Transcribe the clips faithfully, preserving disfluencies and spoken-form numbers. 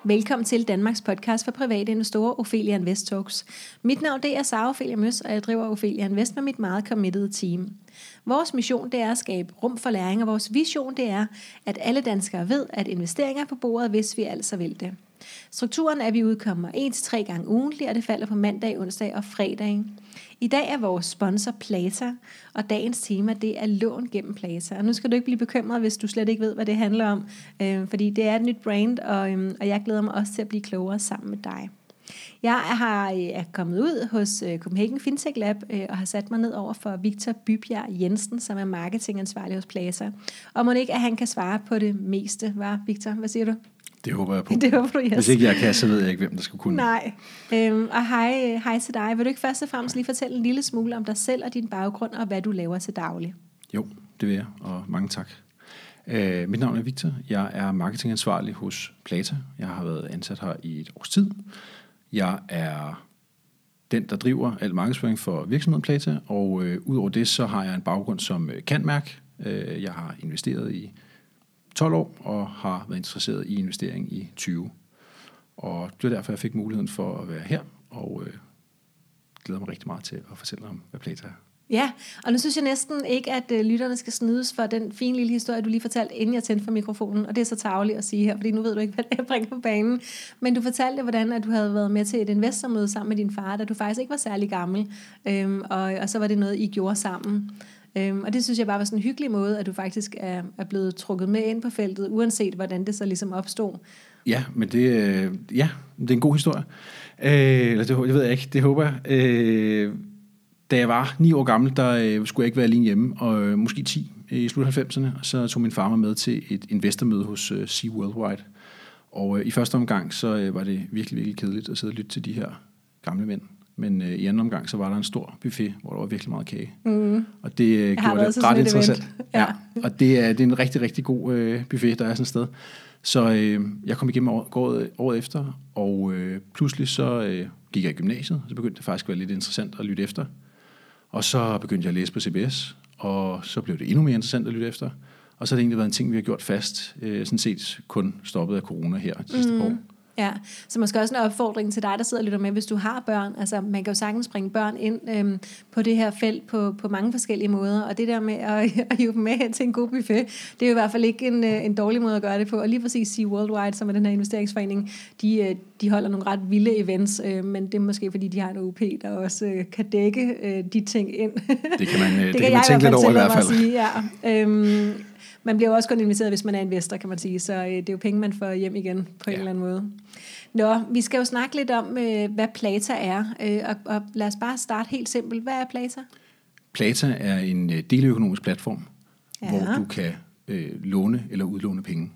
Velkommen til Danmarks podcast for private investorer, Ophelia Invest Talks. Mit navn det er Sara Ophelia Møs, og jeg driver Ophelia Invest med mit meget committed team. Vores mission det er at skabe rum for læring, og vores vision det er, at alle danskere ved, at investeringer er på bordet, hvis vi altså vil det. Strukturen er, at vi udkommer en til tre gange ugentlig, og det falder på mandag, onsdag og fredag. I dag er vores sponsor Plata, og dagens tema det er lån gennem Plata. Og nu skal du ikke blive bekymret, hvis du slet ikke ved, hvad det handler om, øh, fordi det er et nyt brand, og, øh, og jeg glæder mig også til at blive klogere sammen med dig. Jeg har, er kommet ud hos uh, Copenhagen Fintech Lab uh, og har sat mig ned over for Victor Bybjerg Jensen, som er marketingansvarlig hos Plata. Og må det ikke, at han kan svare på det meste, var Victor? Hvad siger du? Det håber jeg på. Det håber du, yes. Hvis ikke jeg kan, så ved jeg ikke, hvem der skulle kunne. Nej. Øhm, og hej, hej til dig. Vil du ikke først og fremmest lige fortælle en lille smule om dig selv og din baggrund, og hvad du laver til daglig? Jo, det vil jeg, og mange tak. Øh, mit navn er Victor. Jeg er marketingansvarlig hos Plata. Jeg har været ansat her i et års tid. Jeg er den, der driver al markedsføring for virksomheden Plata, og øh, udover det, så har jeg en baggrund som øh, cand.merc. Øh, jeg har investeret i tolv år, og har været interesseret i investering i tyve. Og det er derfor, jeg fik muligheden for at være her, og øh, glæder mig rigtig meget til at fortælle om, hvad Plata er. Ja, og nu synes jeg næsten ikke, at uh, lytterne skal snydes for den fine lille historie, du lige fortalte, inden jeg tændte for mikrofonen. Og det er så tarveligt at sige her, fordi nu ved du ikke, hvad jeg bringer på banen. Men du fortalte, hvordan at du havde været med til et investormøde sammen med din far, da du faktisk ikke var særlig gammel. Øhm, og, og så var det noget, I gjorde sammen. Øhm, og det synes jeg bare var sådan en hyggelig måde, at du faktisk er, er blevet trukket med ind på feltet, uanset hvordan det så ligesom opstod. Ja, men det, øh, ja, det er en god historie. Øh, eller det, det ved jeg ikke, det håber jeg. Øh, Da jeg var ni år gammel, der øh, skulle jeg ikke være alene hjemme, og øh, måske ti i slut halvfemserne, så tog min far mig med til et investormøde hos øh, Sea Worldwide. Og øh, i første omgang, så øh, var det virkelig, virkelig kedeligt at sidde og lytte til de her gamle mænd. Men øh, i anden omgang, så var der en stor buffet, hvor der var virkelig meget kage. Mm. Og det øh, gjorde det ret interessant. Ja. Ja, og det er, det er en rigtig, rigtig god øh, buffet, der er sådan et sted. Så øh, jeg kom igennem år, året, året efter, og øh, pludselig så øh, gik jeg i gymnasiet, så begyndte det faktisk at være lidt interessant at lytte efter. Og så begyndte jeg at læse på C B S, og så blev det endnu mere interessant at lytte efter. Og så har det egentlig været en ting, vi har gjort fast, øh, sådan set kun stoppet af corona her de sidste mm. år. Ja, så måske også en opfordring til dig, der sidder og lytter med, hvis du har børn. Altså, man kan jo sagtens bringe børn ind øhm, på det her felt på, på mange forskellige måder. Og det der med at, at hive dem med hen til en god buffet, det er jo i hvert fald ikke en, en dårlig måde at gøre det på. Og lige præcis Sea Worldwide, som er den her investeringsforening, de, de holder nogle ret vilde events, øh, men det er måske fordi, de har en O P, der også øh, kan dække øh, de ting ind. Det kan man, det det kan man tænke lidt over i hvert fald. Sige, ja. øhm, man bliver jo også kun investeret, hvis man er investor, kan man sige. Så øh, det er jo penge, man får hjem igen på ja. en eller anden måde. Nå, vi skal jo snakke lidt om, øh, hvad Plata er. Øh, og, og lad os bare starte helt simpelt. Hvad er Plata? Plata er en øh, deleøkonomisk platform, ja. hvor du kan øh, låne eller udlåne penge.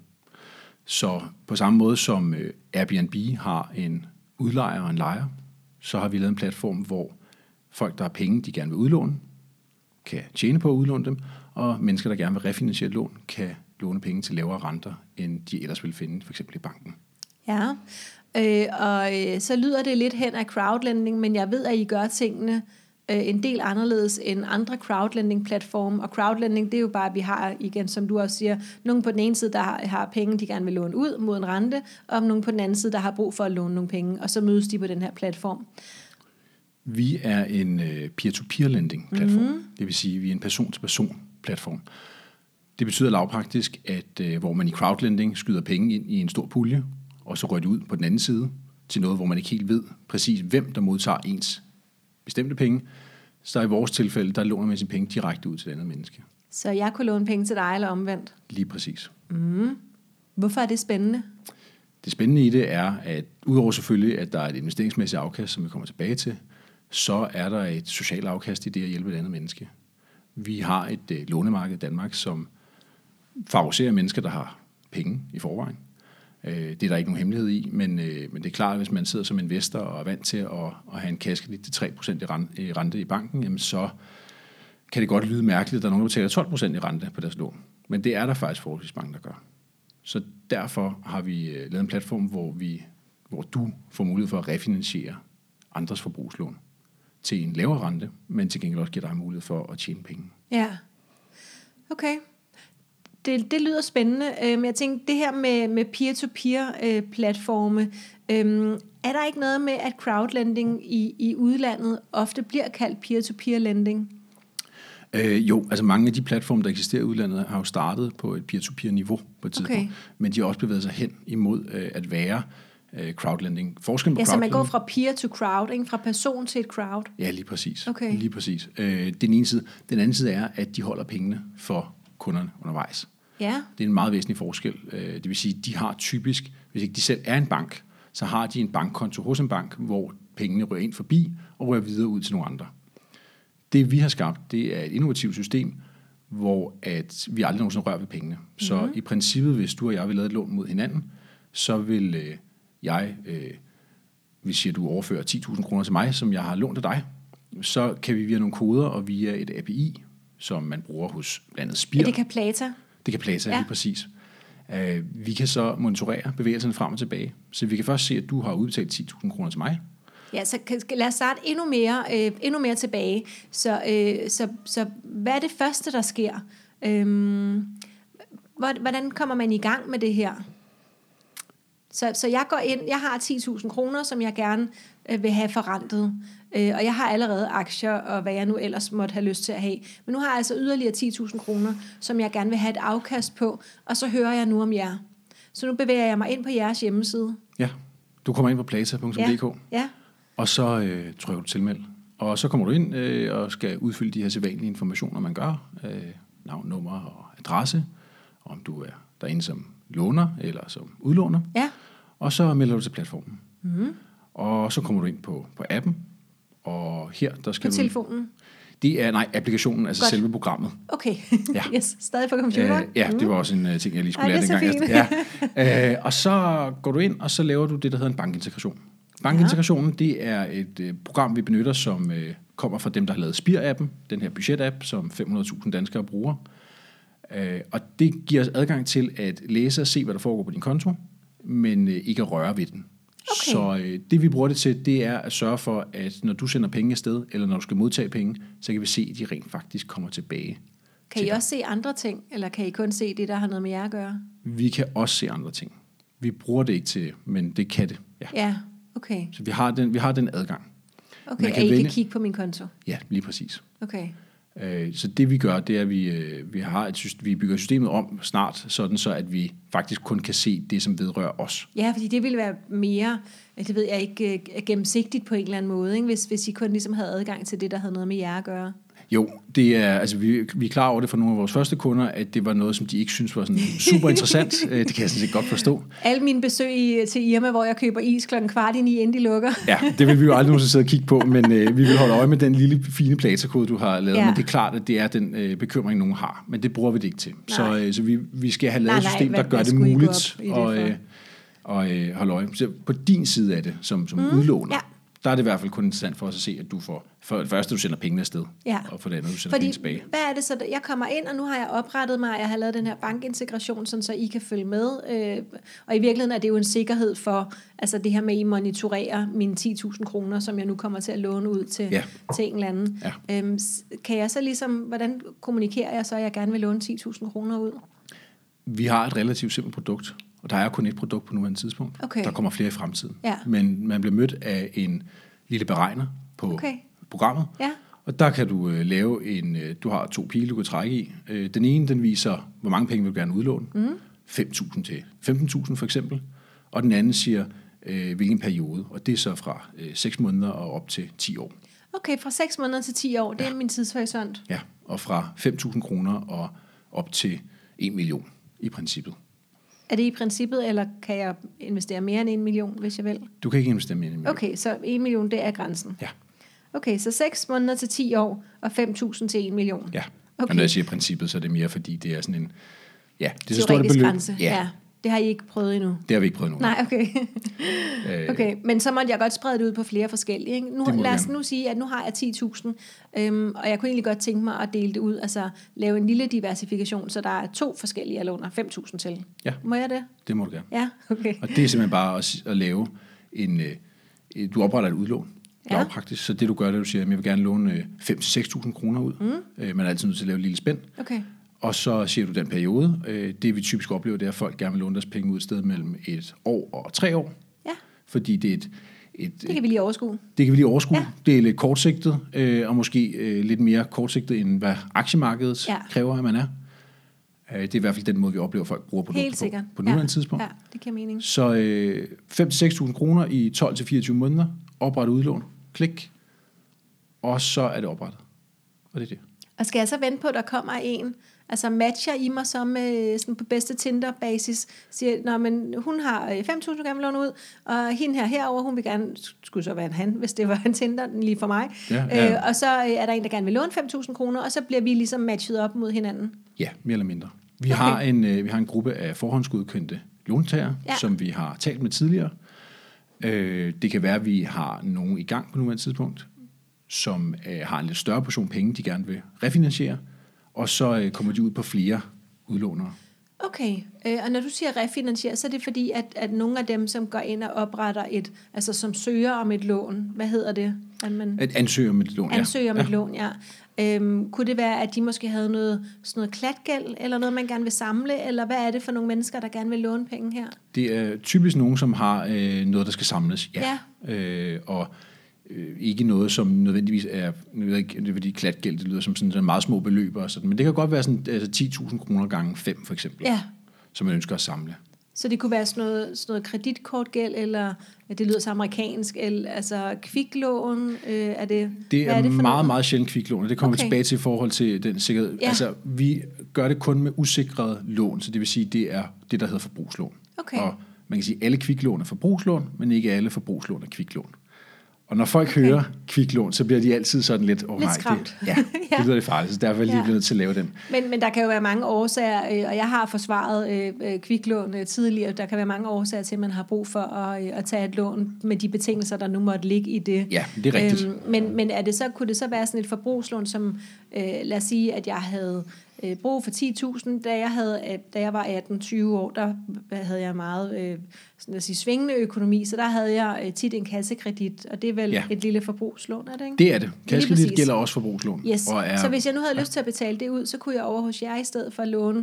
Så på samme måde som øh, Airbnb har en udlejer og en lejer, så har vi lavet en platform, hvor folk, der har penge, de gerne vil udlåne, kan tjene på at udlåne dem, og mennesker, der gerne vil refinansiere et lån, kan låne penge til lavere renter, end de ellers vil finde, for eksempel i banken. Ja, øh, og øh, så lyder det lidt hen af crowdlending, men jeg ved, at I gør tingene øh, en del anderledes end andre crowdlending-platforme. Og crowdlending, det er jo bare, at vi har, igen, som du også siger, nogen på den ene side, der har, har penge, de gerne vil låne ud mod en rente, og nogen på den anden side, der har brug for at låne nogle penge, og så mødes de på den her platform. Vi er en øh, peer-to-peer lending-platform, mm-hmm. det vil sige, at vi er en person-til-person-platform. Det betyder lavpraktisk, at øh, hvor man i crowdlending skyder penge ind i en stor pulje, og så rører det ud på den anden side til noget, hvor man ikke helt ved præcis, hvem der modtager ens bestemte penge. Så i vores tilfælde, der låner man sine penge direkte ud til et andet menneske. Så jeg kunne låne penge til dig, eller omvendt? Lige præcis. Mm. Hvorfor er det spændende? Det spændende i det er, at udover selvfølgelig, at der er et investeringsmæssigt afkast, som vi kommer tilbage til, så er der et socialt afkast i det at hjælpe et andet menneske. Vi har et øh, lånemarked i Danmark, som favoriserer mennesker, der har penge i forvejen. Det er der ikke nogen hemmelighed i, men, øh, men det er klart, at hvis man sidder som investor og er vant til at, at have en kassekredit til tre procent i rente i banken, jamen så kan det godt lyde mærkeligt, at der er nogen, der betaler tolv procent i rente på deres lån. Men det er der faktisk forholdsvis mange, der gør. Så derfor har vi øh, lavet en platform, hvor, vi, hvor du får mulighed for at refinansiere andres forbrugslån til en lavere rente, men til gengæld også giver dig mulighed for at tjene penge. Ja, okay. det, det lyder spændende. Men jeg tænkte, det her med, med peer-to-peer-platforme, øhm, er der ikke noget med, at crowdlending i, i udlandet ofte bliver kaldt peer-to-peer-lending? Øh, jo, altså mange af de platforme, der eksisterer i udlandet, har jo startet på et peer-to-peer-niveau på et tidspunkt, okay. men de har også bevæget sig hen imod øh, at være øh, crowdlending. Forskellen på ja, crowdlending... så man går fra peer to crowd, ikke? Fra person til et crowd? Ja, lige præcis. Okay. Lige præcis. Øh, den ene side. Den anden side er, at de holder pengene for kunderne undervejs. Ja. Det er en meget væsentlig forskel. Øh, det vil sige, de har typisk, hvis ikke de selv er en bank, så har de en bankkonto hos en bank, hvor pengene rører ind forbi og rører videre ud til nogle andre. Det vi har skabt, det er et innovativt system, hvor at vi aldrig nogensinde rører ved pengene. Mm-hmm. Så i princippet, hvis du og jeg vil lave et lån mod hinanden, så vil øh, jeg, øh, hvis siger, du overfører ti tusind kroner til mig, som jeg har lånt af dig, så kan vi via nogle koder og via et A P I, som man bruger hos blandt andet Spir. Ja, det kan Plata. Det kan Plata, ja. Lige præcis. Uh, vi kan så monitorere bevægelserne frem og tilbage. Så vi kan først se, at du har udbetalt ti tusind kroner til mig. Ja, så lad os starte endnu mere, øh, endnu mere tilbage. Så, øh, så, så hvad er det første, der sker? Øhm, hvordan kommer man i gang med det her? Så, så jeg går ind, jeg har ti tusind kroner, som jeg gerne øh, vil have forrentet. Øh, og jeg har allerede aktier, og hvad jeg nu ellers måtte have lyst til at have. Men nu har jeg altså yderligere ti tusind kroner, som jeg gerne vil have et afkast på. Og så hører jeg nu om jer. Så nu bevæger jeg mig ind på jeres hjemmeside. Ja, du kommer ind på plata punktum d k. Ja. Ja. Og så øh, trykker du tilmeld. Og så kommer du ind øh, og skal udfylde de her sædvanlige informationer, man gør. Øh, navn, nummer og adresse. Om du er derinde som låner eller som udlåner. Ja. Og så melder du til platformen. Mm-hmm. Og så kommer du ind på, på appen. Og her, der skal på du... telefonen? Det er, nej, applikationen, altså Godt. selve programmet. Okay, ja. Yes, stadig på computeren? Uh, ja, det var også en uh, ting, jeg lige skulle Ej, lære dengang. Ja. Uh, og så går du ind, og så laver du det, der hedder en bankintegration. Bankintegrationen, ja. Det er et uh, program, vi benytter, som uh, kommer fra dem, der har lavet Spir-appen, den her budget-app, som fem hundrede tusind danskere bruger. Uh, og det giver os adgang til at læse og se, hvad der foregår på din konto, men uh, ikke at røre ved den. Okay. Så øh, det vi bruger det til, det er at sørge for, at når du sender penge afsted, eller når du skal modtage penge, så kan vi se, at de rent faktisk kommer tilbage. Kan I også se andre ting, eller kan I kun se det, der har noget med jer at gøre? Vi kan også se andre ting. Vi bruger det ikke til det, men det kan det. Ja, ja okay. Så vi har den, vi har den adgang. Okay, kan at I vælge... kan kigge på min konto? Ja, lige præcis. Okay. Så det vi gør, det er, at vi, vi, har et system, vi bygger systemet om snart, sådan så at vi faktisk kun kan se det, som vedrører os. Ja, fordi det ville være mere, det ved jeg ikke, gennemsigtigt på en eller anden måde, ikke? Hvis, hvis I kun ligesom havde adgang til det, der havde noget med jer at gøre. Jo, det er, altså vi, vi er klar over det for nogle af vores første kunder, at det var noget, som de ikke synes var sådan super interessant. Det kan jeg sådan set godt forstå. Alle mine besøg i, til Irma, hvor jeg køber is klokken kvart i ni, inden de lukker. Ja, det vil vi jo aldrig nogensinde sidde og kigge på, men øh, vi vil holde øje med den lille fine platakode, du har lavet. Ja. Men det er klart, at det er den øh, bekymring, nogen har. Men det bruger vi det ikke til. Nej. Så, øh, så vi, vi skal have lavet nej, et system, nej, der gør det muligt at øh, og, øh, holde øje. Så på din side af det, som, som mm, udlåner, ja. Der er det i hvert fald kun interessant for os at se, at du får, for det første, du sender pengene afsted, ja. Og for det andet, du sender Fordi, penge tilbage. Hvad er det så? Jeg kommer ind, og nu har jeg oprettet mig, jeg har lavet den her bankintegration, sådan, så I kan følge med. Øh, og i virkeligheden er det jo en sikkerhed for, altså det her med, at I monitorerer mine ti tusind kroner, som jeg nu kommer til at låne ud til, ja. til en eller anden. Ja. Øhm, kan jeg så ligesom, hvordan kommunikerer jeg så, at jeg gerne vil låne ti tusind kroner ud? Vi har et relativt simpelt produkt, og der er kun et produkt på nuværende tidspunkt. Okay. Der kommer flere i fremtiden. Ja. Men man bliver mødt af en lille beregner på okay. programmet, ja. Og der kan du øh, lave en, øh, du har to pile, du kan trække i. Øh, den ene, den viser, hvor mange penge vil du gerne udlåne. Mm. fem tusind til femten tusind for eksempel. Og den anden siger, øh, hvilken periode. Og det er så fra øh, seks måneder og op til ti år. Okay, fra seks måneder til ti år, det ja. Er min tidshorisont. Ja, og fra fem tusind kroner og op til en million i princippet. Er det i princippet, eller kan jeg investere mere end en million, hvis jeg vil? Du kan ikke investere mere end en million. Okay, så en million, det er grænsen? Ja. Okay, så seks måneder til ti år, og fem tusind til en million? Ja, okay. Og når jeg siger princippet, så er det mere, fordi det er sådan en... Ja, det er så stort et beløb. Grænse. Ja. Ja. Det har I ikke prøvet endnu? Det har vi ikke prøvet endnu. Nej, okay. Okay, men så måtte jeg godt sprede det ud på flere forskellige. Ikke? Nu, lad os nu sige, at nu har jeg ti tusind, øhm, og jeg kunne egentlig godt tænke mig at dele det ud, altså lave en lille diversifikation, så der er to forskellige, jeg låner fem tusind til. Ja. Må jeg det? Det må du gerne. Ja, okay. Og det er simpelthen bare at, at lave en... Øh, du opretter et udlån. Ja. Praktisk. Så det du gør, det du siger, at jeg vil gerne låne fem til seks tusind kroner ud. Mm. Øh, man er altid nødt til at lave et lille spænd. Okay. og så siger du den periode. Øh, det vi typisk oplever, det er, at folk gerne vil låne deres penge ud et sted mellem et år og tre år. Ja. Fordi det er et... Et, det kan vi lige overskue. Det kan vi lige overskue. Ja. Det er lidt kortsigtet, øh, og måske øh, lidt mere kortsigtet, end hvad aktiemarkedet ja. kræver, at man er. Øh, det er i hvert fald den måde, vi oplever, at folk bruger produkter på, på nuværende ja. tidspunkt. Ja, det giver mening. Så øh, fem til seks tusind kroner i tolv til fireogtyve måneder, oprettet udlån, klik, og så er det oprettet. Og det er det. Og skal jeg så vente på, at der kommer en, altså matcher I mig så med, sådan på bedste Tinder-basis, siger, nå, men hun har fem tusind gerne vil låne ud, og hende her herover, hun vil gerne, skulle så være en han, hvis det var en Tinder, lige for mig, ja, ja. Øh, og så er der en, der gerne vil låne fem tusind kroner, og så bliver vi ligesom matchet op mod hinanden. Ja, mere eller mindre. Vi, okay. har, en, øh, vi har en gruppe af forhåndsgodkendte låntager, ja. som vi har talt med tidligere. Øh, det kan være, at vi har nogen i gang på nuværende tidspunkt, som øh, har en lidt større portion penge, de gerne vil refinansiere, og så øh, kommer de ud på flere udlånere. Okay, øh, og når du siger refinansiere, så er det fordi, at, at nogle af dem, som går ind og opretter et, altså som søger om et lån, hvad hedder det? At man et ansøger om et lån, ansøger ja. om ja. et lån, ja. Øhm, kunne det være, at de måske havde noget, sådan noget klatgæld, eller noget, man gerne vil samle, eller hvad er det for nogle mennesker, der gerne vil låne penge her? Det er typisk nogen, som har øh, noget, der skal samles, ja. ja. Øh, og øh, ikke noget, som nødvendigvis er, jeg ved ikke, det er fordi klatgæld, det lyder som sådan, sådan meget små beløb og sådan, men det kan godt være sådan, altså ti tusind kroner gange fem, for eksempel, ja. som man ønsker at samle. Så det kunne være sådan noget, sådan noget kreditkortgæld, eller det lyder så amerikansk, eller altså kviklån, øh, er det... Det er, er det meget, meget, meget sjældent kviklån, og det kommer okay. vi tilbage til i forhold til den sikkerhed. Ja. Altså, vi gør det kun med usikrede lån, så det vil sige, det er det, der hedder forbrugslån. Okay. Og man kan sige, at alle kviklån er forbrugslån, men ikke alle forbrugslån er kviklån. Og når folk okay. hører kviklån, så bliver de altid sådan lidt... Oh, lidt nej, skræmt. Det, ja, ja, det lyder det farligt, så derfor er jeg lige ja. nødt til at lave den. Men, men der kan jo være mange årsager, øh, og jeg har forsvaret øh, kviklån øh, tidligere. Der kan være mange årsager til, at man har brug for at, øh, at tage et lån med de betingelser, der nu måtte ligge i det. Ja, det er rigtigt. Øhm, men men er det så, kunne det så være sådan et forbrugslån, som øh, lad os sige, at jeg havde... Øh, brug for ti tusind, da jeg havde, da jeg var atten tyve år, der havde jeg meget øh, sådan at sige, svingende økonomi, så der havde jeg øh, tit en kassekredit, og det er vel ja. et lille forbrugslån, er det ikke? Det er det. Kassekredit gælder også forbrugslån. Yes. Og er, så hvis jeg nu havde ja. lyst til at betale det ud, så kunne jeg over hos jer i stedet for at låne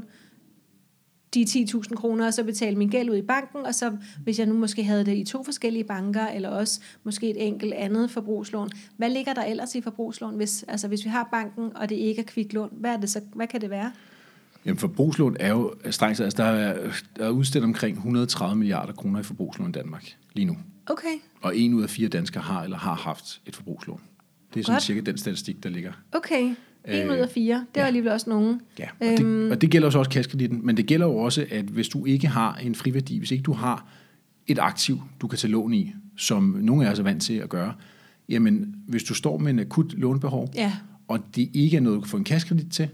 de ti tusind kroner, og så betale min gæld ud i banken, og så hvis jeg nu måske havde det i to forskellige banker, eller også måske et enkelt andet forbrugslån. Hvad ligger der ellers i forbrugslån, hvis, altså hvis vi har banken, og det ikke er kviklån? Hvad, er det så, hvad kan det være? Jamen forbrugslån er jo strengt, altså der er, der er udstedt omkring et hundrede og tredive milliarder kroner i forbrugslån i Danmark lige nu. Okay. Og en ud af fire danskere har eller har haft et forbrugslån. Det er sådan cirka den statistik, der ligger. Okay. En ud af fire. Det er ja. alligevel også nogen. Ja, og, øhm. det, og det gælder også kassekreditten, men det gælder jo også, at hvis du ikke har en friværdi, hvis ikke du har et aktiv, du kan tage lån i, som nogle af os er vant til at gøre, jamen hvis du står med en akut lånebehov, ja. og det ikke er noget, du kan få en kassekredit til,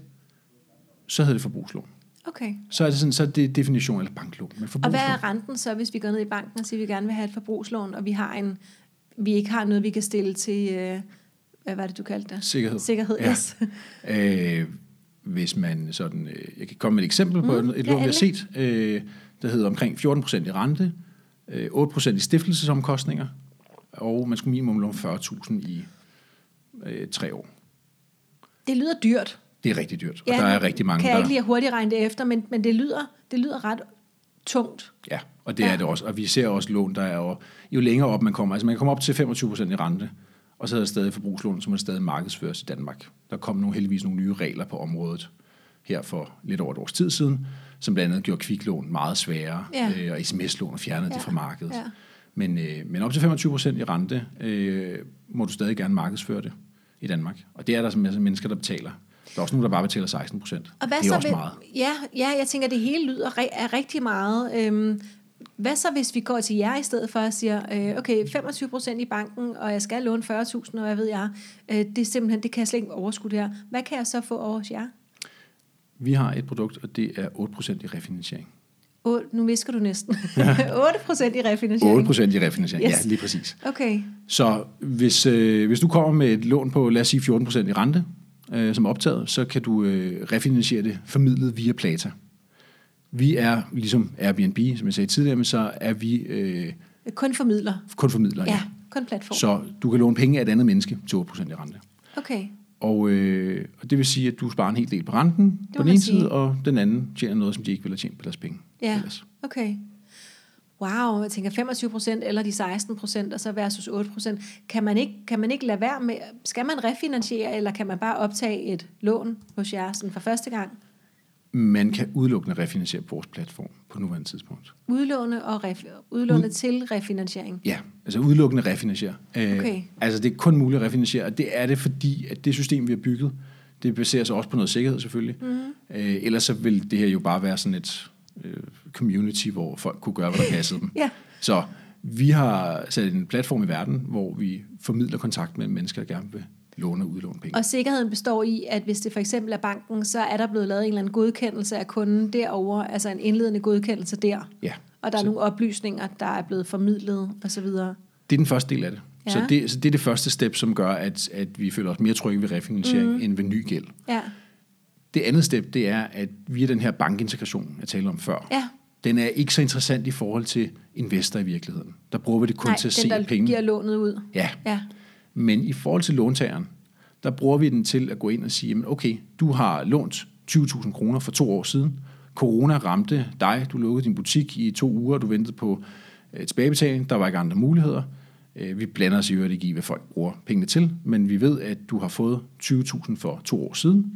så hedder det forbrugslån. Okay. Så er det sådan, så er det definition eller banklån. Men og hvad er renten så, hvis vi går ned i banken og siger, at vi gerne vil have et forbrugslån, og vi har en, vi ikke har noget, vi kan stille til... Øh, hvad var det, du kaldte det? Sikkerhed. Sikkerhed, ja. yes. øh, hvis man sådan, øh, jeg kan komme med et eksempel mm, på et, et lån, vi har set, øh, der hedder omkring fjorten procent i rente, øh, otte procent i stiftelsesomkostninger, og man skulle minimum låne fyrre tusind i øh, tre år. Det lyder dyrt. Det er rigtig dyrt, ja, og der er rigtig mange, kan jeg der... ikke lige hurtigt regne det efter, men, men det, lyder, det lyder ret tungt. Ja, og det ja. er det også, og vi ser også lån, der er jo, jo længere op man kommer, altså man kan komme op til femogtyve procent i rente, og så er der stadig forbrugslån, som er stadig markedsføres i Danmark. Der kom nogle, heldigvis nogle nye regler på området her for lidt over et års tid siden, som blandt andet gjorde kviklån meget sværere, ja. øh, og sms-lån og fjernede ja. det fra markedet. Ja. Men, øh, men op til femogtyve procent i rente øh, må du stadig gerne markedsføre det i Danmark. Og det er der som mennesker, der betaler. Der er også nogen, der bare betaler seksten procent. Og hvad det er så også ved, meget. Ja, ja, jeg tænker, det hele lyder er rigtig meget. Øhm, hvad så, hvis vi går til jer i stedet for og siger, øh, okay, femogtyve procent i banken, og jeg skal låne fyrre tusind, og hvad ved jeg, øh, det er simpelthen, det kan jeg slet ikke overskue det her. Hvad kan jeg så få over hos jer? Vi har et produkt, og det er otte procent i refinansiering. otte, nu visker du næsten. otte procent i refinansiering? otte procent i refinansiering, yes. Ja, lige præcis. Okay. Så hvis, øh, hvis du kommer med et lån på, lad os sige fjorten procent i rente, øh, som optaget, så kan du øh, refinansiere det formidlet via Plata. Vi er, ligesom Airbnb, som jeg sagde tidligere, men så er vi... Øh, kun formidler? Kun formidler, ja. Ja, kun platform. Så du kan låne penge af et andet menneske til otte procent i rente. Okay. Og, øh, og det vil sige, at du sparer en hel del på renten på den ene side, og den anden tjener noget, som de ikke vil have tjent på deres penge. Ja, ellers. Okay. Wow, jeg tænker femogtyve procent eller de seksten procent, og så versus otte procent. Kan man, ikke, kan man ikke lade være med, skal man refinansiere, eller kan man bare optage et lån hos jer sådan for første gang? Man kan udelukkende refinansiere på vores platform på nuværende tidspunkt. Udlåne, og ref, udlåne Ud... til refinansiering? Ja, altså udelukkende refinansiere. Okay. Øh, altså det er kun muligt at refinansiere, og det er det, fordi at det system, vi har bygget, det baserer sig også på noget sikkerhed selvfølgelig. Mm-hmm. Øh, ellers så vil det her jo bare være sådan et øh, community, hvor folk kunne gøre, hvad der passede dem. Ja. Så vi har sat en platform i verden, hvor vi formidler kontakt med mennesker, der gerne vil låne og udlåne penge. Og sikkerheden består i, at hvis det for eksempel er banken, så er der blevet lavet en eller anden godkendelse af kunden derovre, altså en indledende godkendelse der. Ja. Og der er så nogle oplysninger, der er blevet formidlet osv. Det er den første del af det. Ja. Så, det så det er det første step, som gør, at, at vi føler os mere trygge ved refinansiering mm. end ved ny gæld. Ja. Det andet step, det er, at via den her bankintegration, jeg talte om før, ja. den er ikke så interessant i forhold til investor i virkeligheden. Der bruger vi det kun Nej, til at den, se der penge. giver lånet ud. Ja. ja. Men i forhold til låntageren, der bruger vi den til at gå ind og sige, jamen okay, du har lånt tyve tusind kroner for to år siden. Corona ramte dig, du lukkede din butik i to uger, du ventede på et tilbagebetaling, der var ikke andre muligheder. Vi blander os i øvrigt ikke i, hvad folk bruger pengene til, men vi ved, at du har fået tyve tusind for to år siden.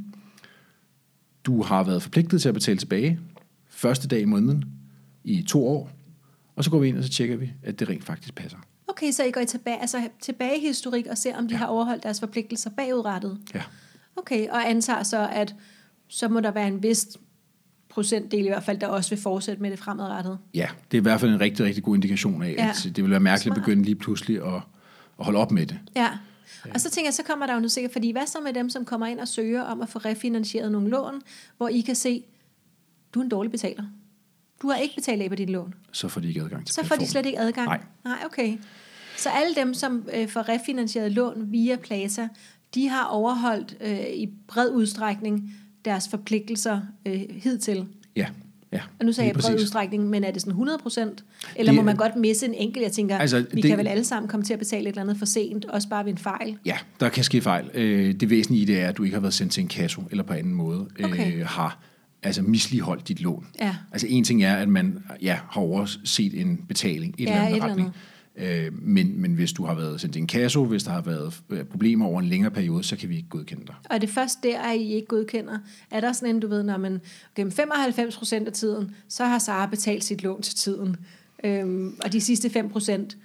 Du har været forpligtet til at betale tilbage første dag i måneden i to år, og så går vi ind, og så tjekker vi, at det rent faktisk passer. Okay, så I går I tilbage, altså tilbage i historik og ser, om de ja. har overholdt deres forpligtelser bagudrettet? Ja. Okay, og antager så, at så må der være en vis procentdel i hvert fald, der også vil fortsætte med det fremadrettet? Ja, det er i hvert fald en rigtig, rigtig god indikation af, ja. at det vil være mærkeligt Smart. at begynde lige pludselig at, at holde op med det. Ja, og så tænker jeg, så kommer der jo nu sikkert, fordi hvad så med dem, som kommer ind og søger om at få refinansieret nogle lån, hvor I kan se, du er en dårlig betaler. Du har ikke betalt af på dit lån. Så får de ikke adgang til Så får de slet ikke adgang? Nej. Nej, okay. Så alle dem, som øh, får refinansieret lån via Plaza, de har overholdt øh, i bred udstrækning deres forpligtelser øh, hidtil? Ja. Ja, og nu sagde jeg bred udstrækning, men er det sådan hundrede procent? Eller det, må man godt misse en enkelt? Jeg tænker, altså, vi det, kan vel alle sammen komme til at betale et eller andet for sent, også bare ved en fejl? Ja, der kan ske fejl. Det væsentlige i det er, at du ikke har været sendt til en kasso, eller på anden måde okay. øh, har altså misligeholdt dit lån. Ja. Altså en ting er, at man ja, har overset en betaling i et ja, eller andet retning. Øh, men, men hvis du har været sendt til en kasso, hvis der har været problemer over en længere periode, så kan vi ikke godkende dig. Og er det først der, at I ikke godkender? Er der sådan en, du ved, når man gennem femoghalvfems procent af tiden, så har Sara betalt sit lån til tiden. Øhm, og de sidste fem procent,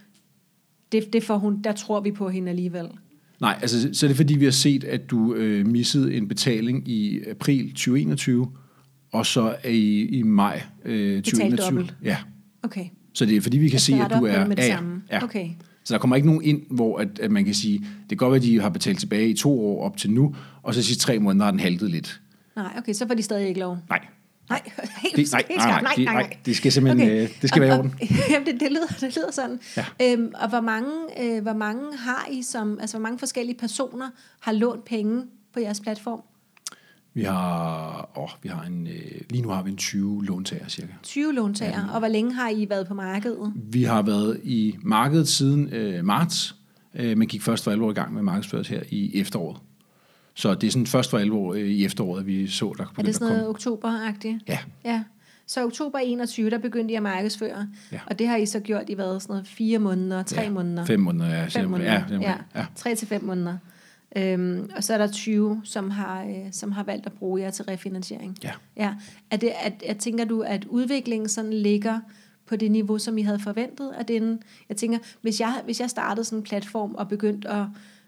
det, det får hun, der tror vi på hende alligevel. Nej, altså så er det fordi, vi har set, at du øh, missede en betaling i april tyve enogtyve, og så i, i maj øh, tyve enogtyve. Dobbelt? Ja. Okay. Så det er fordi, vi kan se, at du er... Med det ja, samme. Ja. Okay. Så der kommer ikke nogen ind, hvor at, at man kan sige, det kan godt være, at de har betalt tilbage i to år op til nu, og så sidste tre måneder har den haltet lidt. Nej, okay, så får de stadig ikke lov. Nej. Nej, helt, det, nej, helt nej, nej, nej, nej, det skal simpelthen okay. det skal og, være orden. Jamen, det, det, lyder, det lyder sådan. Ja. Øhm, og hvor mange, øh, hvor mange har I som, altså hvor mange forskellige personer har lånt penge på jeres platform? Vi har, åh, vi har en, øh, lige nu har vi en tyve låntager cirka. tyve låntager, ja. Og hvor længe har I været på markedet? Vi har været i markedet siden øh, marts, øh, men gik først for alvor i gang med markedsførelse her i efteråret. Så det er sådan først for alvor øh, i efteråret, at vi så, der Er det sådan noget oktober-agtigt? Ja. Ja. Så oktober enogtyve, der begyndte I at markedsføre, ja. Og det har I så gjort i hvad, sådan noget fire måneder, tre ja. måneder? Fem måneder, ja. Fem måneder, ja. ja. ja. Tre til fem måneder. Øhm, og så er der tyve, som har, øh, som har valgt at bruge jer til refinansiering. Ja. Ja. Er det, at, at tænker du, at udviklingen sådan ligger på det niveau, som I havde forventet? At det en, jeg tænker, hvis jeg, hvis jeg startede sådan en platform og begyndte at,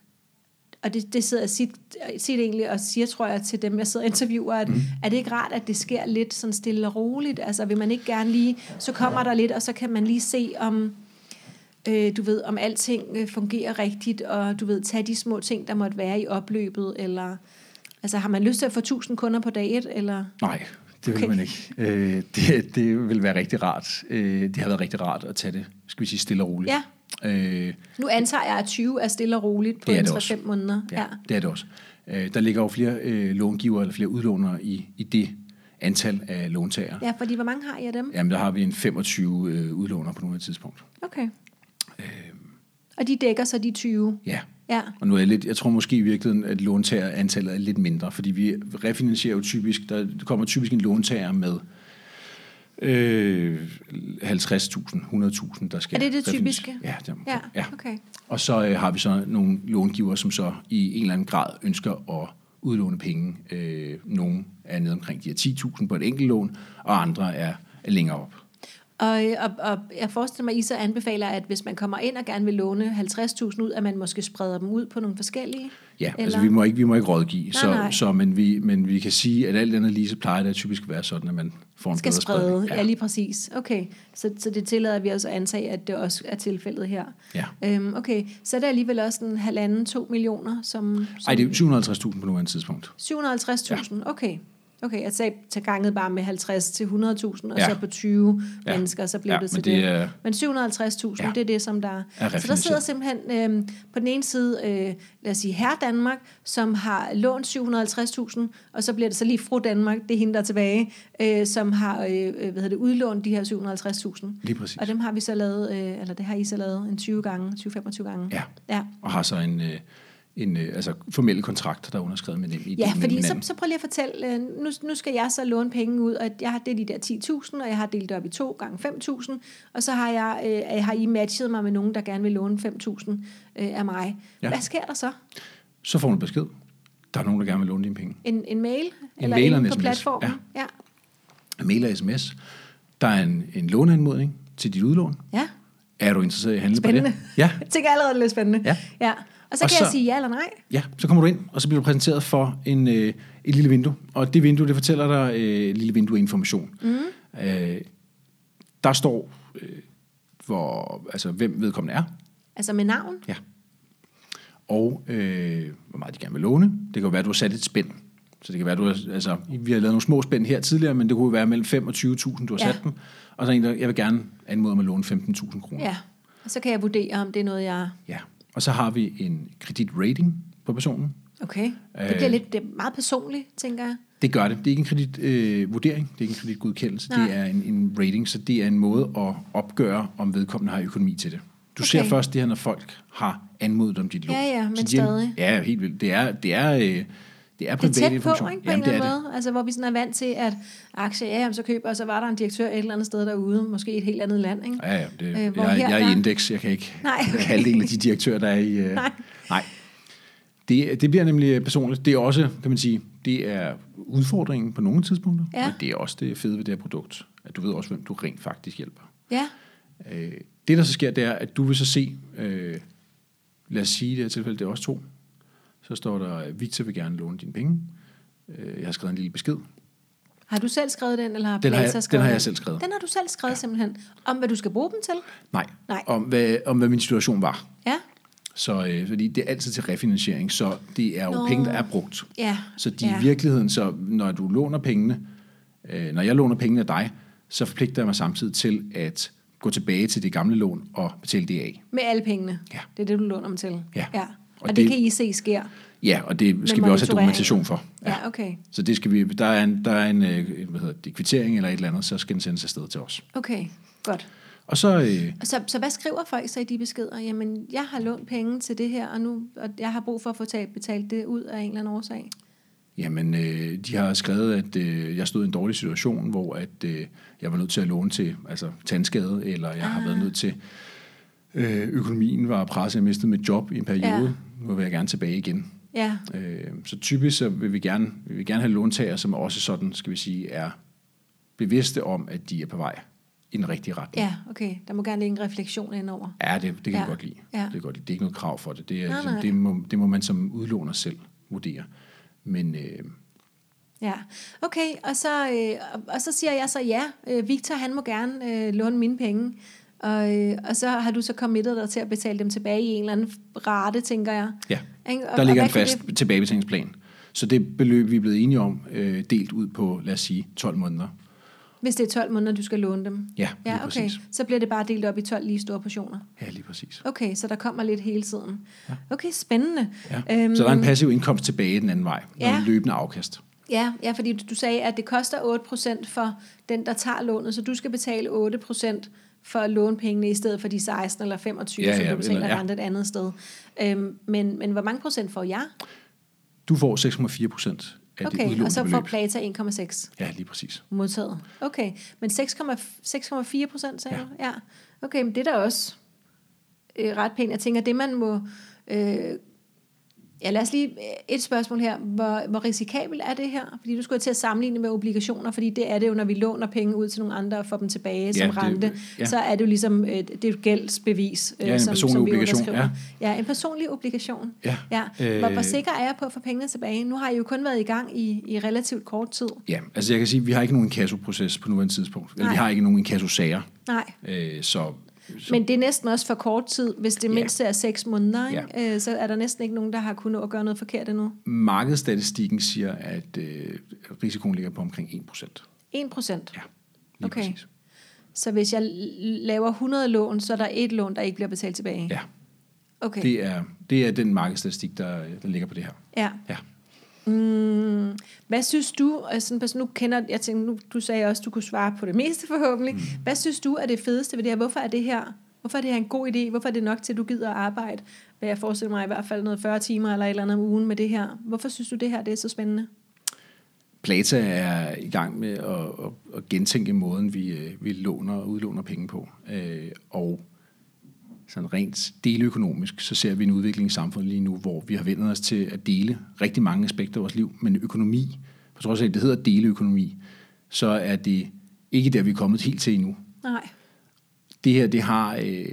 og det, det sidder jeg sit, sit egentlig og siger, tror jeg, til dem, jeg sidder og interviewer, at mm. er det ikke rart, at det sker lidt sådan stille og roligt? Altså vil man ikke gerne lige, så kommer der lidt, og så kan man lige se, om Øh, du ved, om alting øh, fungerer rigtigt, og du ved, tage de små ting, der måtte være i opløbet, eller altså har man lyst til at få tusind kunder på dag et, eller? Nej, det vil okay. man ikke. Øh, det, det vil være rigtig rart. Øh, det har været rigtig rart at tage det, skal vi sige, stille og roligt. Ja. Øh, nu antager jeg, at tyve er stille og roligt på tre til fem måneder. Ja, ja, det er det også. Øh, der ligger jo flere øh, långiver, eller flere udlånere i, i det antal af låntagere. Ja, fordi hvor mange har I af dem? Jamen, der har vi en femogtyve øh, udlånere på nuværende tidspunkt. Okay. Og de dækker så de tyve? Ja, Ja. Og nu er jeg lidt, jeg tror måske i virkeligheden, at låntagerantallet er lidt mindre, fordi vi refinansierer jo typisk, der kommer typisk en låntager med øh, halvtreds tusind, hundrede tusind, der skal... Er det det typiske? Ja, det, ja, ja. Okay. Og så øh, har vi så nogle långiver, som så i en eller anden grad ønsker at udlåne penge. Øh, nogle er nede omkring de her ti tusind på et enkelt lån, og andre er, er længere op. Og, og, og jeg forestiller mig, at I så anbefaler, at hvis man kommer ind og gerne vil låne halvtreds tusind ud, at man måske spreder dem ud på nogle forskellige? Ja, eller? altså vi må ikke, vi må ikke rådgive, nej, så, nej. Så, men, vi, men vi kan sige, at alt andet lige så plejer det at typisk være sådan, at man får en skal bedre sprede, spredning. ja. ja lige præcis. Okay, så, så det tillader vi også at antage, at det også er tilfældet her. Ja. Øhm, okay, så er det alligevel også en halvanden, to millioner, som... som Nej, det er syv hundrede og halvtreds tusind på nuværende tidspunkt. syv hundrede og halvtreds tusind, ja. Okay. Okay, jeg sagde til ganget bare med halvtreds til hundrede tusind, og ja. så på tyve ja. mennesker, så blev ja, det til men det. det er, men syv hundrede og halvtreds tusind, ja. Det er det, som der... er så der sidder simpelthen øh, på den ene side, øh, lad os sige, herre Danmark, som har lånt syv hundrede og halvtreds tusind, og så bliver det så lige fru Danmark, det er hende, der er tilbage, øh, som har øh, hvad hedder det, udlånt de her syv hundrede og halvtreds tusind. Lige præcis. Og dem har vi så lavet, øh, eller det har I så lavet en tyve gange, tyve til femogtyve gange. Ja, ja. Og har så en... Øh, en altså formelle kontrakt, der er underskrevet med dem i ja, fordi så, så prøv lige at fortælle, nu, nu skal jeg så låne penge ud, og jeg har det de der ti tusind, og jeg har delt det op i to gange fem tusind, og så har, jeg, øh, har I matchet mig med nogen, der gerne vil låne fem tusind øh, af mig. Ja. Hvad sker der så? Så får du besked. Der er nogen, der gerne vil låne dine penge. En, en mail? En eller mail og en på sms. platformen? Ja. ja. En mail og sms. Der er en, en låneanmodning til dit udlån. Ja. Er du interesseret i at handle spændende. på det? Ja. Jeg tænker allerede, det er lidt spændende. Ja. ja. Og så og kan så, jeg sige ja eller nej. Ja, så kommer du ind, og så bliver du præsenteret for en, øh, et lille vindue. Og det vindue, det fortæller dig øh, et lille vindue af information. Mm. Øh, der står, øh, hvor, altså, hvem vedkommende er. Altså med navn? Ja. Og øh, hvor meget de gerne vil låne. Det kan jo være, at du har sat et spænd. Så det kan være, du har, altså, vi har lavet nogle små spænd her tidligere, men det kunne være mellem fem og tyve tusind, du har ja. sat dem. Og så en, der, jeg vil gerne anmode om at låne femten tusind kroner. Ja, og så kan jeg vurdere, om det er noget, jeg... Ja. Og så har vi en kreditrating på personen. Okay. Det bliver lidt, det er meget personligt, tænker jeg. Det gør det. Det er ikke en kreditvurdering, øh, det er ikke en kreditgodkendelse, det er en, en rating, så det er en måde at opgøre, om vedkommende har økonomi til det. Du okay. ser først det her, når folk har anmodet om dit lån. Ja, ja, men de, stadig. Ja, helt vildt. Det er, det er, øh, det er privat information. Det er tæt information. på, ikke, på Jamen, en eller anden måde. Altså, hvor vi sådan er vant til, at aktier, ja, så køber, og så var der en direktør et eller andet sted derude, måske i et helt andet land, ikke? Ja, ja. Det, øh, jeg, her, jeg er der... i indeks, jeg kan ikke Nej, okay. halvdelen af de direktører, der er i... Øh, nej. nej. Det, det bliver nemlig personligt. Det er også, kan man sige, det er udfordringen på nogle tidspunkter, ja. og det er også det fede ved det her produkt, at du ved også, hvem du rent faktisk hjælper. Ja. Øh, det, der så sker, det er, at du vil så se, øh, lad os sige i det her tilfælde, det er også to, så står der, Victor vil gerne låne dine penge. Øh, jeg har skrevet en lille besked. Har du selv skrevet den, eller har den Blazer har jeg, skrevet den? har jeg den? selv skrevet. Den har du selv skrevet ja. simpelthen. Om hvad du skal bruge dem til? Nej, Nej. Om, hvad, om hvad min situation var. Ja. Så, øh, fordi det er altid til refinansiering, så det er jo Nå. penge, der er brugt. Ja. Så de ja. i virkeligheden, så når du låner pengene, øh, når jeg låner pengene af dig, så forpligter jeg mig samtidig til at gå tilbage til det gamle lån og betale det af. Med alle pengene? Ja. Det er det, du låner dem til? Ja. ja. Og, og det, det kan I se sker? Ja, og det skal vi også have dokumentation for. Ja, ja okay. Så det skal vi, der er en, der er en hvad hedder det, kvittering eller et eller andet, så skal den sendes afsted til os. Okay, godt. Og så, øh, så, så hvad skriver folk så i de beskeder? Jamen, jeg har lånt penge til det her, og nu og jeg har brug for at få taget, betalt det ud af en eller anden årsag. Jamen, øh, de har skrevet, at øh, jeg stod i en dårlig situation, hvor at, øh, jeg var nødt til at låne til altså, tandskade, eller jeg ah. har været nødt til, øh, økonomien var presset, jeg mistede mit job i en periode, ja. Nu vil jeg gerne tilbage igen. Ja. Øh, så typisk så vil vi gerne, vil vi gerne have låntager, som også sådan, skal vi sige, er bevidste om, at de er på vej i den rigtige retning. Ja, okay. Der må gerne ligge en refleksion indover. Ja, det, det kan ja. jeg godt lide. Ja. Det, er godt lide. Det er ikke noget krav for det. Det, er, nej, nej. det, må, det må man som udlåner selv vurdere. Men... Øh, ja, okay. Og så, øh, og så siger jeg så, ja, øh, Victor, han må gerne øh, låne mine penge. Og, øh, og så har du så committet dig til at betale dem tilbage i en eller anden rate, tænker jeg. Ja, og, der ligger og en fast det... tilbagebetalingsplan. Så det beløb, vi er blevet enige om, øh, delt ud på, lad os sige, tolv måneder. Hvis det er tolv måneder, du skal låne dem? Ja, ja okay. Præcis. Så bliver det bare delt op i tolv lige store portioner? Ja, lige præcis. Okay, så der kommer lidt hele tiden. Ja. Okay, spændende. Ja. Øhm, så der er en passiv indkomst tilbage den anden vej, når ja. løbende afkast. Ja, ja, fordi du sagde, at det koster otte procent for den, der tager lånet, så du skal betale otte procent for at låne pengene i stedet for de seksten eller femogtyve, ja, ja, som du betaler eller, ja. rente et andet sted. Øhm, men, men hvor mange procent får jeg? Du får seks komma fire procent af okay, det udlånte og så får beløb. Plata en komma seks. Ja, lige præcis. Modtaget. Okay, men seks komma fire procent, sagde Ja. du? Ja. Okay, men det er da også øh, ret pænt. Jeg tænker, det man må... Øh, ja, lad os lige et spørgsmål her. Hvor, hvor risikabelt er det her? Fordi du skulle til at sammenligne med obligationer, fordi det er det jo, når vi låner penge ud til nogle andre og får dem tilbage ja, som det, rente, ja. så er det jo ligesom det er et gældsbevis, ja, en som, personlig som vi obligation. underskriver. Ja. ja, en personlig obligation. Ja. Ja. Hvor, Øh, hvor sikker er jeg på at få pengene tilbage? Nu har I jo kun været i gang i, i relativt kort tid. Ja, altså jeg kan sige, at vi har ikke nogen inkasso-proces på nuværende tidspunkt. Eller Nej. vi har ikke nogen inkasso-sager. Nej. Øh, så... Så. Men det er næsten også for kort tid, hvis det Ja. mindst er seks måneder, ikke? Ja. Øh, så er der næsten ikke nogen, der har kunnet gøre noget forkert endnu. Markedsstatistikken siger, at øh, risikoen ligger på omkring en procent. en procent? Ja, lige okay. præcis. Så hvis jeg laver hundrede lån, så er der et lån, der ikke bliver betalt tilbage? Ja. Okay. Det er, det er den markedsstatistik, der, der ligger på det her. Ja. Ja. Mm, hvad synes du, altså nu kender, jeg tænker, nu, du sagde også, du kunne svare på det meste forhåbentlig. Mm. Hvad synes du er det fedeste ved det her? Hvorfor er det her, hvorfor er det her en god idé? Hvorfor er det nok til, at du gider at arbejde? Hvad jeg forestiller mig i hvert fald noget fyrre timer eller et eller andet om ugen med det her. Hvorfor synes du, det her det er så spændende? Plata er i gang med at, at, at gentænke måden, vi, vi låner og udlåner penge på. Og sådan rent deleøkonomisk, så ser vi en udvikling i samfundet lige nu, hvor vi har vendt os til at dele rigtig mange aspekter af vores liv, men økonomi, på trods af, at det hedder deleøkonomi, så er det ikke der, vi er kommet helt til endnu. Nej. Det her, det har, øh,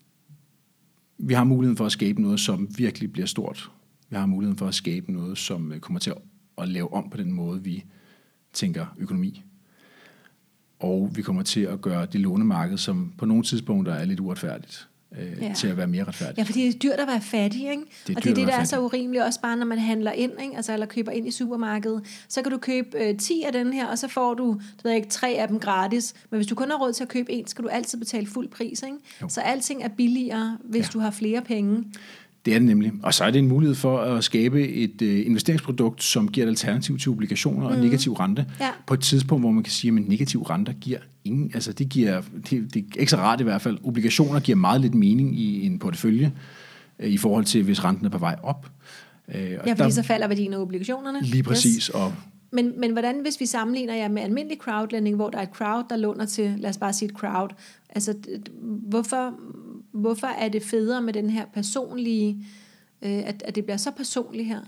vi har muligheden for at skabe noget, som virkelig bliver stort. Vi har muligheden for at skabe noget, som kommer til at, at lave om på den måde, vi tænker økonomi. Og vi kommer til at gøre det lånemarked, som på nogle tidspunkter er lidt uretfærdigt, Ja. til at være mere retfærdigt. Ja, fordi det er dyrt at være fattig, ikke? Det og det er det, der er så urimeligt, også bare når man handler ind, ikke? Altså, eller køber ind i supermarkedet. Så kan du købe øh, ti af den her, og så får du, du ved ikke, tre af dem gratis. Men hvis du kun har råd til at købe en, skal du altid betale fuld pris, ikke? Så alting er billigere, hvis ja. du har flere penge. Det er det nemlig. Og så er det en mulighed for at skabe et øh, investeringsprodukt, som giver et alternativ til obligationer og mm. negativ rente. Ja. På et tidspunkt, hvor man kan sige, at negativ renter giver ingen, altså det giver, det, det er ikke så rart i hvert fald. Obligationer giver meget lidt mening i en portefølje, øh, i forhold til, hvis renten er på vej op. Øh, ja, fordi der, så falder værdien af obligationerne. Lige præcis. Yes. Og Men, men hvordan, hvis vi sammenligner jer med almindelig crowdlending, hvor der er et crowd, der låner til, lad os bare sige et crowd, altså hvorfor, hvorfor er det federe med den her personlige, øh, at, at det bliver så personligt her?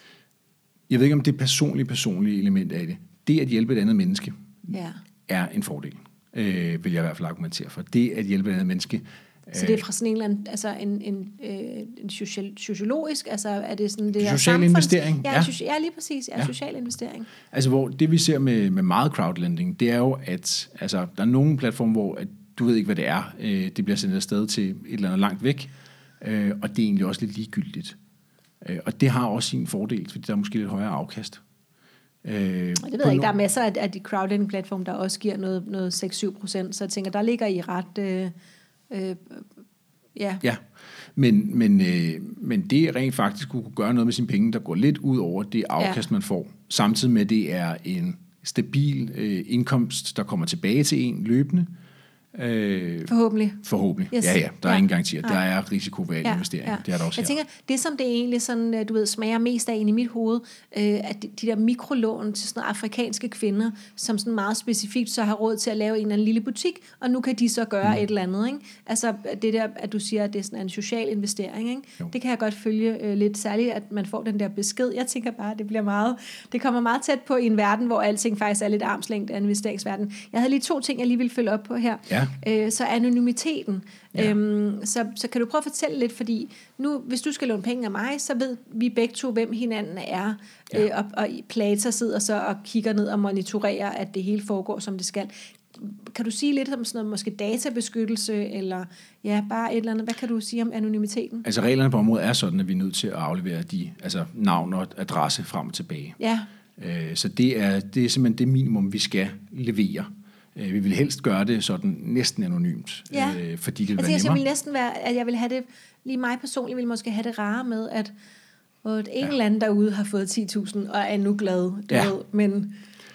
Jeg ved ikke, om det personlige, personlige element af det. Det at hjælpe et andet menneske ja. er en fordel, øh, vil jeg i hvert fald argumentere for. Det at hjælpe et andet menneske. Så det er fra sådan en eller anden, altså en, en, øh, en social, sociologisk, altså er det sådan det her social samfunds... investering. Ja, ja. Soci- ja, lige præcis. Ja, ja. Social investering. Altså hvor det vi ser med, med meget crowdlending, det er jo, at altså, der er nogle platforme, hvor at, du ved ikke, hvad det er. Øh, det bliver sendt afsted til et eller andet langt væk, øh, og det er egentlig også lidt ligegyldigt. Øh, og det har også sin fordel, fordi der er måske lidt højere afkast. Øh, det ved jeg ikke, der er masser af, af de crowdlending-platforme, der også giver noget, noget seks til syv procent, så jeg tænker, der ligger I ret... Øh, Øh, ja. ja, men, men, øh, men det rent faktisk kunne gøre noget med sine penge, der går lidt ud over det afkast, ja. man får. Samtidig med, at det er en stabil øh, indkomst, der kommer tilbage til en løbende. Øh, forhåbentlig. Forhåbentlig, yes. ja ja. Der er ja. ingen garanti. Der er risiko ved ja. investering. Ja. Det er der også Jeg her. tænker, det som det egentlig sådan, du ved, smager mest af i mit hoved, øh, at de, de der mikrolån til sådan afrikanske kvinder, som sådan meget specifikt så har råd til at lave en eller anden lille butik, og nu kan de så gøre mm. et eller andet. Ikke? Altså det der, at du siger, at det er sådan en social investering, ikke? Det kan jeg godt følge øh, lidt, særligt at man får den der besked. Jeg tænker bare, at det bliver meget, det kommer meget tæt på i en verden, hvor alting faktisk er lidt armslængde af investeringsverden. Jeg havde lige to ting, jeg lige vil følge op på her. Ja. Øh, så anonymiteten. Ja. Øhm, så, så kan du prøve at fortælle lidt, fordi nu, hvis du skal låne penge af mig, så ved vi begge to, hvem hinanden er. Ja. Øh, og, og Plata sidder så og kigger ned og monitorerer, at det hele foregår, som det skal. Kan du sige lidt om sådan noget, måske databeskyttelse, eller ja, bare et eller andet? Hvad kan du sige om anonymiteten? Altså reglerne på området er sådan, at vi er nødt til at aflevere de, altså navn og adresse frem og tilbage. Ja. Øh, så det er, det er simpelthen det minimum, vi skal levere. Vi vil helst gøre det sådan næsten anonymt, ja. øh, fordi det vil altså, være jeg nemmere. Jeg vil næsten være, at jeg vil have det, lige mig personligt vil måske have det rare med, at, at en ja. eller anden derude har fået ti tusind og er nu glad, du ja. ved, men...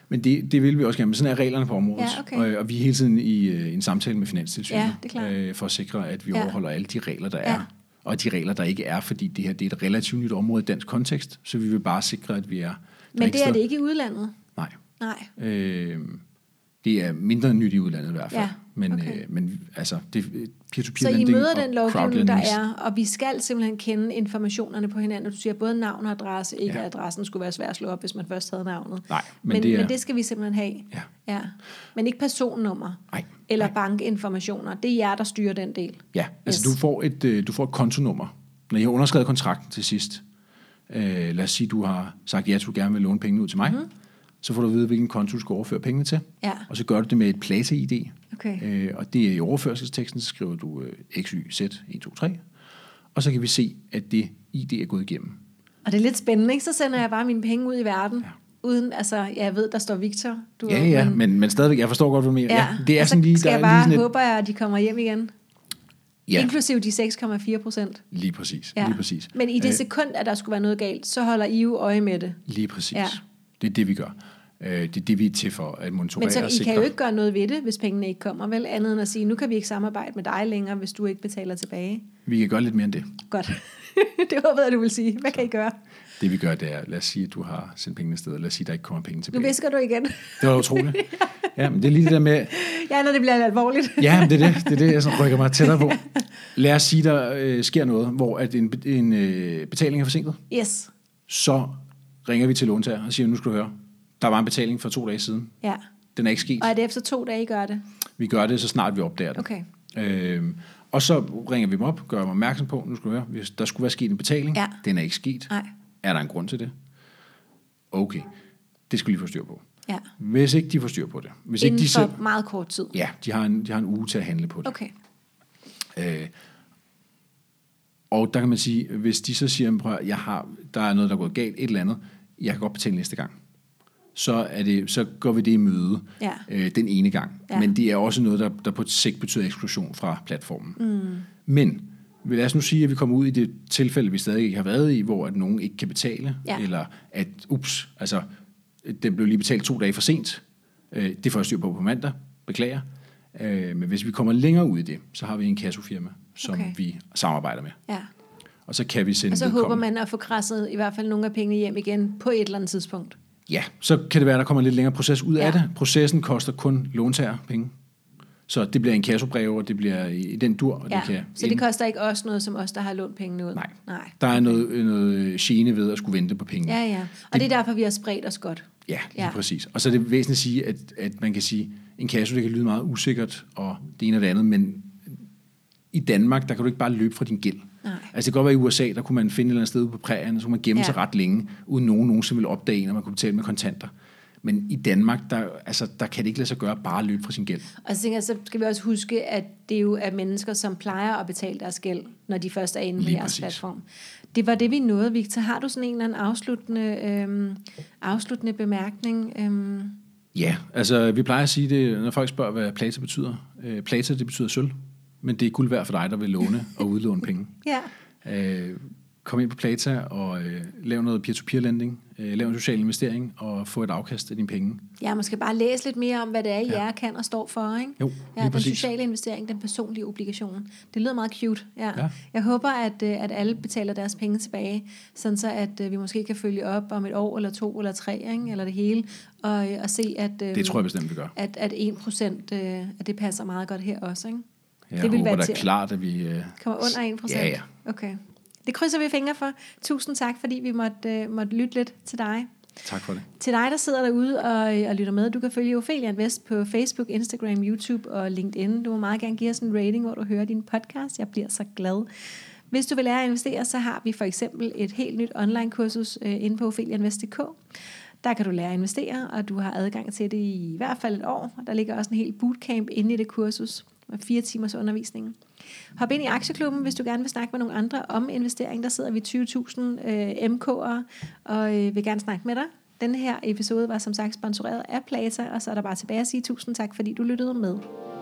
Men det, det vil vi også gerne. Men sådan er reglerne på området. Ja, okay. og, og vi er hele tiden i øh, en samtale med Finanstilsynet, ja, det er klart. øh, for at sikre, at vi ja. overholder alle de regler, der ja. er. Og de regler, der ikke er, fordi det her det er et relativt nyt område i dansk kontekst, så vi vil bare sikre, at vi er... Men det er det ikke i udlandet? Nej. Nej. Øh, det er mindre nyt i udlandet i hvert fald. Ja, men, okay. øh, men altså, det peer-to-peer så I lending møder den lovgivning, der crowdlendings. er, og vi skal simpelthen kende informationerne på hinanden. Du siger både navn og adresse, ikke Ja. at adressen skulle være svær at slå op, hvis man først havde navnet. Nej, men, men, det er... men det skal vi simpelthen have. Ja. Ja. Men ikke personnummer. Nej. Eller Nej. bankinformationer. Det er jer, der styrer den del. Ja, altså yes. du, får et, øh, du får et kontonummer. Når I har underskrevet kontrakten til sidst, øh, lad os sige, du har sagt, ja, du gerne vil låne penge ud til mig, mm-hmm. så får du at vide, hvilken konto du skal overføre pengene til. Ja. Og så gør du det med et Plata-I D. Okay. Øh, og det er i overførselsteksten, så skriver du øh, X Y Z et to tre. Og så kan vi se, at det I D er gået igennem. Og det er lidt spændende, ikke? Så sender jeg bare mine penge ud i verden. Ja. Uden, altså, jeg ved, der står Victor. Du Ja, ved, ja, men, men, men stadigvæk, jeg forstår godt, hvad du mener. ja. Ja, det er og så sådan lige, skal der jeg er bare lige sådan et... håber, jeg, at de kommer hjem igen. Ja. Inklusive de seks komma fire procent. Lige præcis, Ja. lige præcis. Men i det Øh, sekund, at der skulle være noget galt, så holder I jo øje med det. Lige præcis. Ja. Det er det, vi gør. Øh, det er det, vi er til for at monitorere Men så og I sikre. kan jo ikke gøre noget ved det, hvis pengene ikke kommer, vel? Andet end at sige, nu kan vi ikke samarbejde med dig længere, hvis du ikke betaler tilbage. Vi kan gøre lidt mere end det. Godt. Det håber jeg, du vil sige. Hvad kan I gøre? Det vi gør, det er, lad os sige, at du har sendt pengene afsted, lad os sige, at der ikke kommer penge Nu tilbage. visker du igen. Det var utroligt. Ja, men det er lige det der med... Ja, når det bliver alvorligt. Ja, men det er det, det, er det jeg så rykker mig tættere på. Lad os sige, der øh, sker noget, hvor at en, en øh, betaling er forsinket. Yes. Så ringer vi til låntager og siger, nu skal du høre, der var en betaling for to dage siden. Ja. Den er ikke sket. Og er det efter to dage, I gør det? Vi gør det, så snart vi opdager det. Okay. Øhm, og så ringer vi dem op, gør dem opmærksom på, nu skal du høre, hvis der skulle være sket en betaling, Ja. den er ikke sket. Nej. Er der en grund til det? Okay, det skal de få styr på. Ja. Hvis ikke de får styr på det. Hvis Inden ikke de for selv, meget kort tid? ja, de har, en, de har en uge til at handle på det. Okay. Øh, og der kan man sige, hvis de så siger, prøv, jeg har, der er noget, der er gået galt, et eller andet, jeg kan godt betale næste gang. Så, er det, så går vi det i møde Ja. øh, den ene gang. Ja. Men det er også noget, der, der på sigt betyder eksklusion fra platformen. Mm. Men lad os nu sige, at vi kommer ud i det tilfælde, vi stadig ikke har været i, hvor at nogen ikke kan betale, Ja. eller at, ups, altså, den blev lige betalt to dage for sent. Øh, det får jeg styr på på mandag, beklager. Øh, men hvis vi kommer længere ud i det, så har vi en kassofirma, som Okay. vi samarbejder med. Ja. Og så kan vi sende Og så vedkommende- håber man at få krasset i hvert fald nogle af pengene hjem igen på et eller andet tidspunkt. Ja, så kan det være, at der kommer en lidt længere proces ud Ja. af det. Processen koster kun låntager penge. Så det bliver en kassobrev, og det bliver i, i den dur. Og Ja. det kan Så det koster ikke også noget, som os, der har lånt pengene ud? Nej. Nej. Der er noget, noget gene ved at skulle vente på penge. Ja, ja. Og det, det er derfor, vi har spredt os godt. Ja, lige Ja. præcis. Og så er det væsentligt at sige, at, at man kan sige, en kasse, det kan lyde meget usikkert, og det ene og det andet, men i Danmark, der kan du ikke bare løbe fra din gæld. Nej. Altså det kan godt være i U S A, der kunne man finde et eller andet sted på prærien, så kunne man gemme Ja. sig ret længe, uden nogen nogensinde ville opdage en, og man kunne betale med kontanter. Men i Danmark, der, altså, der kan det ikke lade sig gøre bare at løbe fra sin gæld. Og så, tænker jeg, så skal vi også huske, at det jo er mennesker, som plejer at betale deres gæld, når de først er inde på Lige jeres præcis. platform. Det var det, vi nåede, Victor. Har du sådan en eller anden afsluttende, øhm, afsluttende bemærkning? Øhm, Ja, altså vi plejer at sige det, når folk spørger, hvad Plata betyder. Øh, Plata, det betyder sølv, men det er guld værd for dig, der vil låne og udlåne penge. ja. Øh, kom ind på Plata og øh, lav noget peer-to-peer lending, øh, lav en social investering og få et afkast af dine penge. Ja, måske bare læse lidt mere om, hvad det er, I Ja. jer kan og står for, ikke? Jo, Ja, lige den præcis. sociale investering, den personlige obligation. Det lyder meget cute. Ja. Ja. Jeg håber, at, øh, at alle betaler deres penge tilbage, sådan så at øh, vi måske kan følge op om et år, eller to, eller tre, ikke? Eller det hele, og, øh, og se, at, øh, Det tror jeg bestemt, vi gør. at, at en procent, øh, at det passer meget godt her også, ikke? Jeg det vil håber være da til- klart, at vi... Øh, Kommer under en procent? Ja, ja. Okay. Det krydser vi fingre for. Tusind tak, fordi vi måtte, øh, måtte lytte lidt til dig. Tak for det. Til dig, der sidder derude og, og lytter med, du kan følge Ophelia Invest på Facebook, Instagram, YouTube og LinkedIn. Du må meget gerne give os en rating, hvor du hører din podcast. Jeg bliver så glad. Hvis du vil lære at investere, så har vi for eksempel et helt nyt online-kursus øh, inde på ophelia invest punktum d k. Der kan du lære at investere, og du har adgang til det i, i hvert fald et år. Der ligger også en hel bootcamp inde i det kursus med fire timers undervisning. Hop ind i Aktieklubben, hvis du gerne vil snakke med nogle andre om investering. Der sidder vi tyve tusind øh, M K'ere og øh, vil gerne snakke med dig. Denne her episode var som sagt sponsoreret af Plata, og så er der bare tilbage at sige tusind tak, fordi du lyttede med.